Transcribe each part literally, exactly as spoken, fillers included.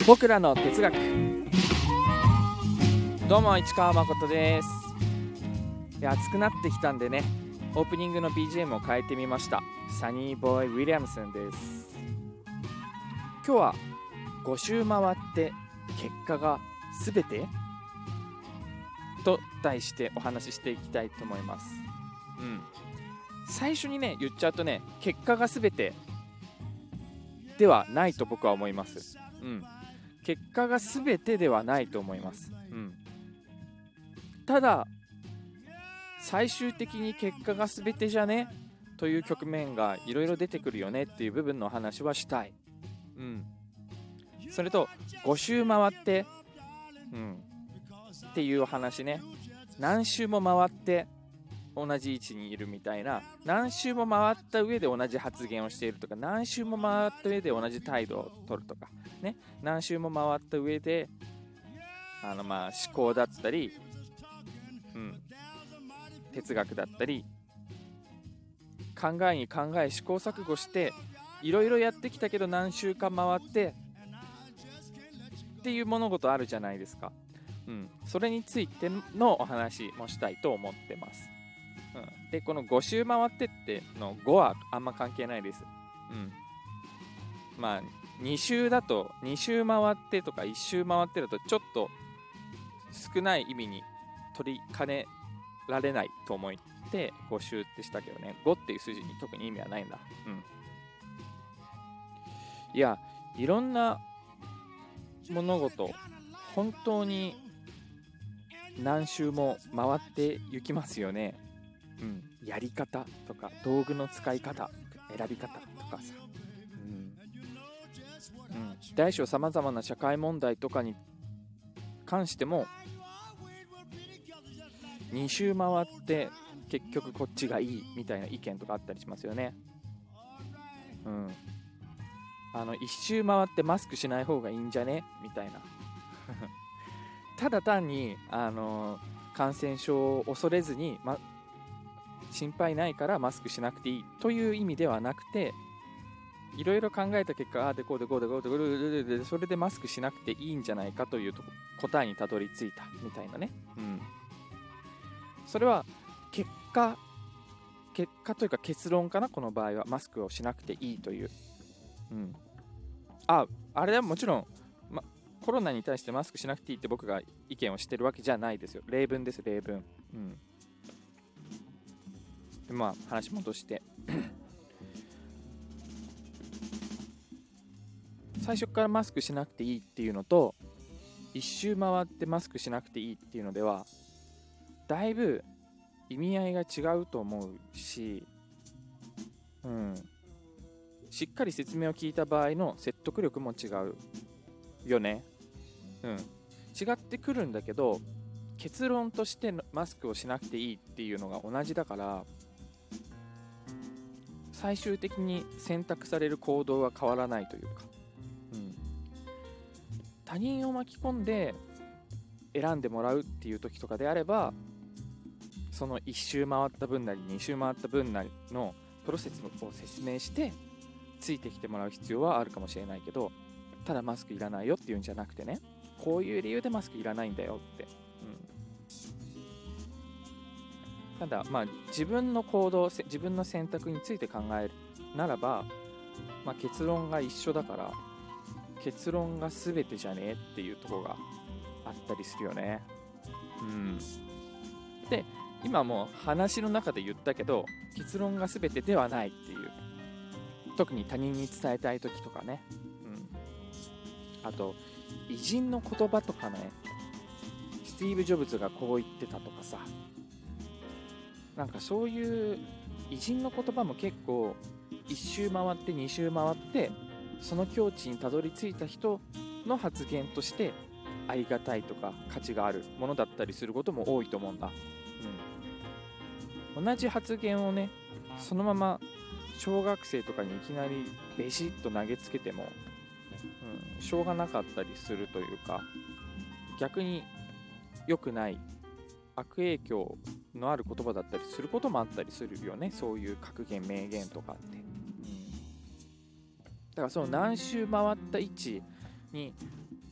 僕らの哲学。どうも市川誠です。いや暑くなってきたんでね、オープニングの ビージーエム を変えてみました。サニーボーイ・ウィリアムソンです。今日はご周回って結果がすべてと題してお話ししていきたいと思います。うん、最初にね言っちゃうとね、結果がすべてではないと僕は思います。うん、結果がすべてではないと思います。うん、ただ最終的に結果がすべてじゃねという局面がいろいろ出てくるよねっていう部分の話はしたい。うん、それとご周回って、うん、っていうお話ね。何周も回って同じ位置にいるみたいな、何周も回った上で同じ発言をしているとか、何周も回った上で同じ態度を取るとかね、何周も回った上であのまあ思考だったり、うん、哲学だったり、考えに考え試行錯誤していろいろやってきたけど何週間回ってっていう物事あるじゃないですか。うん、それについてのお話もしたいと思ってます。うん、でこのご周回ってってのごはあんま関係ないです。うん、まあに周だとに周回ってとかいち周回ってだとちょっと少ない意味に取りかねられないと思ってご周ってしたけどね、ごっていう数字に特に意味はないんだ。うん、いやいろんな物事本当に何周も回って行きますよね。うん、やり方とか道具の使い方、選び方とかさ、うんうん、大小さまざまな社会問題とかに関してもに周回って結局こっちがいいみたいな意見とかあったりしますよね。うん、あの一周回ってマスクしない方がいいんじゃねみたいなただ単にあの感染症を恐れずに、ま心配ないからマスクしなくていいという意味ではなくて、いろいろ考えた結果、ああでこうでこうでこうでこうでそれでマスクしなくていいんじゃないかというと答えにたどり着いたみたいなね。うん、それは結果結果というか結論かな。この場合はマスクをしなくていいという、うん、ああれはもちろん、ま、コロナに対してマスクしなくていいって僕が意見をしてるわけじゃないですよ。例文です、例文。うんまあ話戻して最初からマスクしなくていいっていうのと一周回ってマスクしなくていいっていうのではだいぶ意味合いが違うと思うし、うん、しっかり説明を聞いた場合の説得力も違うよね。うん、違ってくるんだけど結論としてマスクをしなくていいっていうのが同じだから、最終的に選択される行動は変わらないというか、うん、他人を巻き込んで選んでもらうっていう時とかであれば、そのいち周回った分なりに周回った分なりのプロセスを説明してついてきてもらう必要はあるかもしれないけど、ただマスクいらないよっていうんじゃなくてね、こういう理由でマスクいらないんだよって、うん、ただまあ自分の行動、自分の選択について考えるならば、まあ、結論が一緒だから結論が全てじゃねえっていうところがあったりするよね。うん、で今もう話の中で言ったけど結論が全てではないっていう、特に他人に伝えたい時とかね、うん、あと偉人の言葉とかね、スティーブ・ジョブズがこう言ってたとかさ、なんかそういう偉人の言葉も結構一周回って二周回ってその境地にたどり着いた人の発言としてありがたいとか価値があるものだったりすることも多いと思うんだ。うん、同じ発言をねそのまま小学生とかにいきなりベシッと投げつけても、うん、しょうがなかったりするというか、逆に良くない悪影響のある言葉だったりすることもあったりするよね。そういう格言名言とかって、うん、だからその何周回った位置に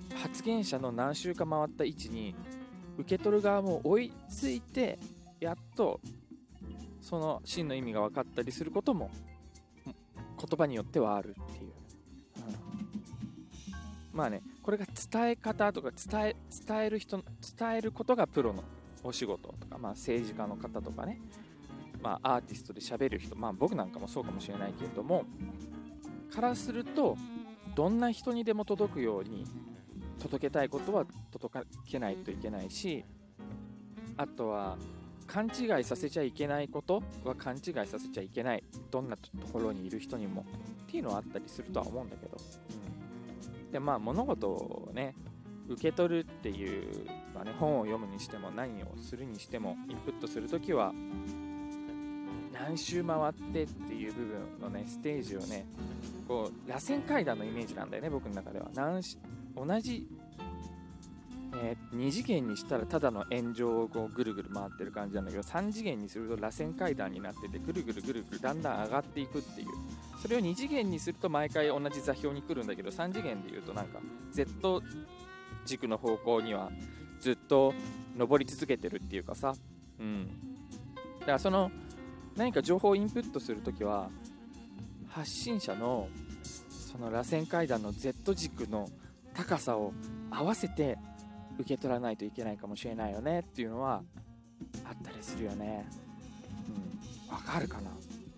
発言者の何周か回った位置に受け取る側も追いついて、やっとその真の意味が分かったりすることも言葉によってはあるっていう、うん、まあね、これが伝え方とか伝え、伝える人、伝えることがプロのお仕事とか、まあ、政治家の方とかね、まあ、アーティストで喋る人、まあ、僕なんかもそうかもしれないけれども、からするとどんな人にでも届くように届けたいことは届けないといけないし、あとは勘違いさせちゃいけないことは勘違いさせちゃいけない、どんなところにいる人にもっていうのはあったりするとは思うんだけど、うん、でまあ物事をね受け取るっていう、まあね、本を読むにしても何をするにしてもインプットするときは何周回ってっていう部分のねステージをね、こう螺旋階段のイメージなんだよね、僕の中では。何し同じ、えー、に次元にしたらただの円状をこうぐるぐる回ってる感じなんだけど、さん次元にすると螺旋階段になっててぐるぐるぐるぐるだんだん上がっていくっていう。それをに次元にすると毎回同じ座標に来るんだけど、さん次元でいうとなんか Z 軸の方向にはずっと上り続けてるっていうかさ、うん、だからその何か情報をインプットするときは発信者のその螺旋階段の Z 軸の高さを合わせて受け取らないといけないかもしれないよねっていうのはあったりするよね。うん、わかるかな。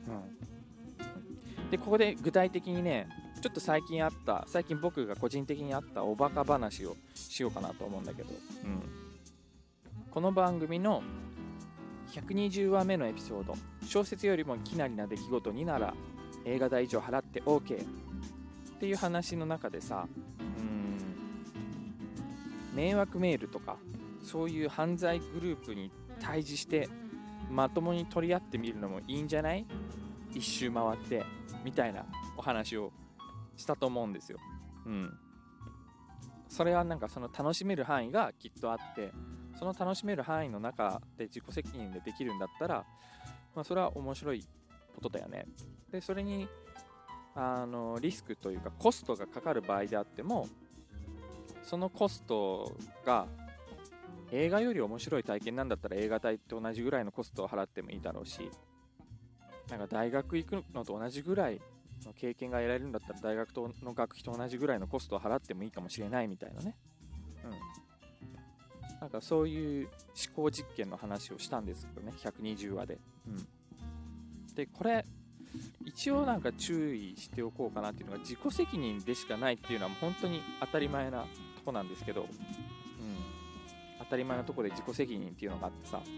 うん。でここで具体的にね、ちょっと最近あった最近僕が個人的にあったおバカ話をしようかなと思うんだけど、うん、この番組のひゃくにじゅうわめのエピソード、小説よりもきなりな出来事になら映画代以上払って OK っていう話の中でさ、うーん迷惑メールとかそういう犯罪グループに対峙してまともに取り合ってみるのもいいんじゃない？一周回ってみたいなお話をしたと思うんですよ。うん。それはなんかその楽しめる範囲がきっとあって、その楽しめる範囲の中で自己責任でできるんだったら、まあ、それは面白いことだよね。でそれにあのリスクというかコストがかかる場合であっても、そのコストが映画より面白い体験なんだったら映画代と同じぐらいのコストを払ってもいいだろうし、なんか大学行くのと同じぐらいの経験が得られるんだったら大学の学費と同じぐらいのコストを払ってもいいかもしれないみたいなね。うん。なんかそういう思考実験の話をしたんですけどね、ひゃくにじゅうわで。うん。で、これ、一応なんか注意しておこうかなっていうのが、自己責任でしかないっていうのは本当に当たり前なとこなんですけど、うん。当たり前なとこで自己責任っていうのがあってさ、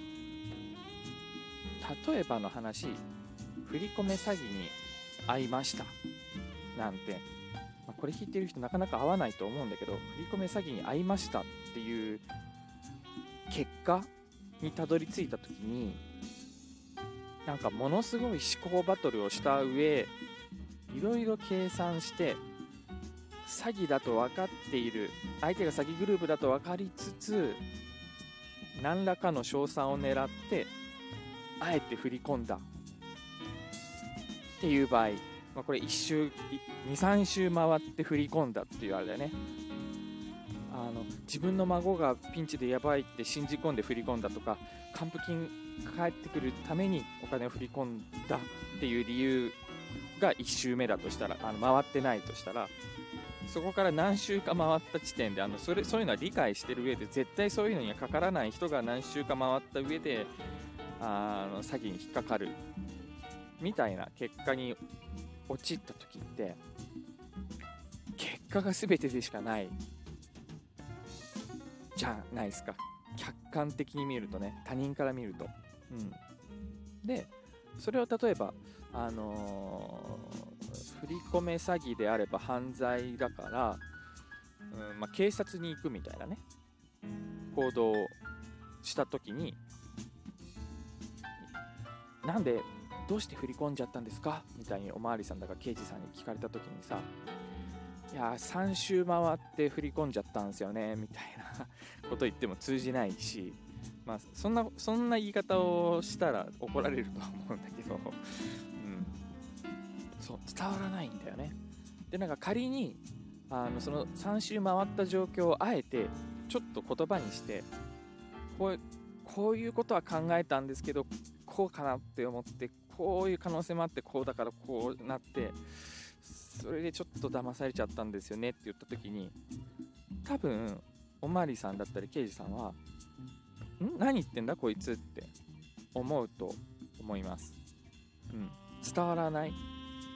例えばの話、振り込め詐欺に遭いましたなんて、まあ、これ聞いてる人なかなか合わないと思うんだけど、振り込め詐欺に遭いましたっていう結果にたどり着いた時に、なんかものすごい思考バトルをした上、いろいろ計算して詐欺だと分かっている、相手が詐欺グループだと分かりつつ何らかの勝算を狙ってあえて振り込んだっていう場合、まあ、これいっ周にさん周回って振り込んだっていうあれだよね。あの自分の孫がピンチでやばいって信じ込んで振り込んだとか、還付金返ってくるためにお金を振り込んだっていう理由がいち周目だとしたら、あの回ってないとしたら、そこから何周か回った地点であのそれそういうのは理解してる上で、絶対そういうのにはかからない人が何周か回った上であの詐欺に引っかかるみたいな結果に陥った時って、結果が全てでしかないじゃないですか、客観的に見るとね、他人から見ると。うん、でそれを例えば、あのー、振り込め詐欺であれば犯罪だから、うんまあ、警察に行くみたいなね行動をした時に、なんでどうして振り込んじゃったんですかみたいにおまわりさんだか刑事さんに聞かれた時にさ、いやさん周回って振り込んじゃったんですよねみたいなこと言っても通じないし、まあそんなそんな言い方をしたら怒られるとは思うんだけど、うん、そう伝わらないんだよね。でなんか仮にあのそのさん周回った状況をあえてちょっと言葉にしてこう、こういうことは考えたんですけどこうかなって思って、こういう可能性もあってこうだからこうなって、それでちょっと騙されちゃったんですよねって言った時に、多分おまわりさんだったり刑事さんはん何言ってんだこいつって思うと思います。うん、伝わらない、うん、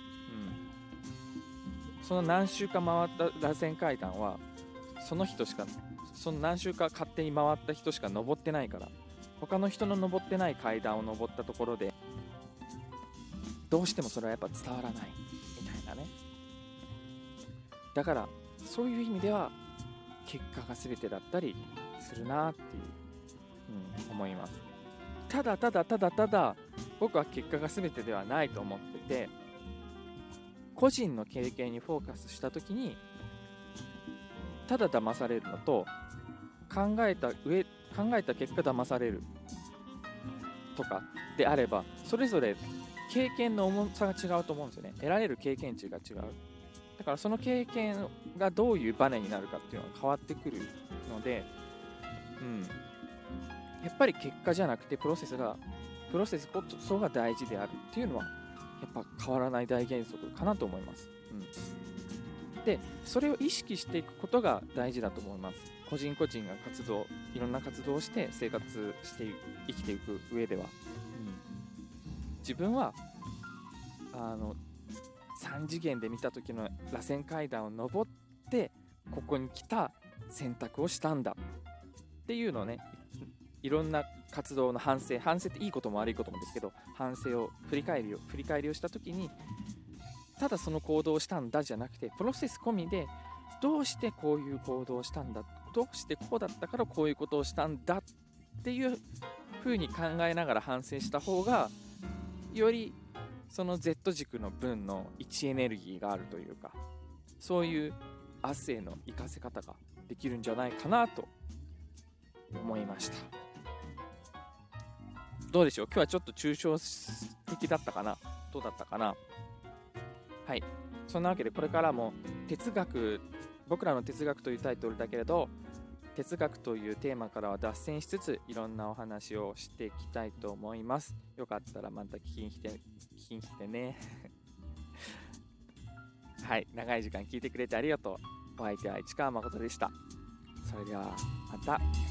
その何周か回った螺旋階段はその人しか、その何周か勝手に回った人しか登ってないから、他の人の登ってない階段を登ったところでどうしてもそれはやっぱ伝わらないみたいなね。だからそういう意味では結果が全てだったりするなっていう、うん、思います。ただただただただ僕は結果が全てではないと思ってて、個人の経験にフォーカスした時にただ騙されるのと、考えた上考えた結果騙されるとかであれば、それぞれ経験の重さが違うと思うんですよね。得られる経験値が違う。だからその経験がどういうバネになるかっていうのが変わってくるので、うん、やっぱり結果じゃなくてプロセスがプロセスこそが大事であるっていうのはやっぱ変わらない大原則かなと思います。うん、でそれを意識していくことが大事だと思います。個人個人が活動いろんな活動をして生活して生きていく上では、うん、自分はあのさん次元で見た時の螺旋階段を登ってここに来た選択をしたんだっていうのをね、いろんな活動の反省反省っていいことも悪いこともですけど、反省を振り返りを振り返りをした時に、ただその行動をしたんだじゃなくてプロセス込みでどうしてこういう行動をしたんだ、どうしてこうだったからこういうことをしたんだっていう風に考えながら反省した方が、よりその Z 軸の分の位置エネルギーがあるというか、そういう明日への活かせ方ができるんじゃないかなと思いました。どうでしょう、今日はちょっと抽象的だったかな、どうだったかな。はい、そんなわけでこれからも哲学、僕らの哲学というタイトルだけれど哲学というテーマからは脱線しつついろんなお話をしていきたいと思います。よかったらまた聞きに来て聞きに来てねはい、長い時間聞いてくれてありがとう。お相手は市川誠でした。それではまた。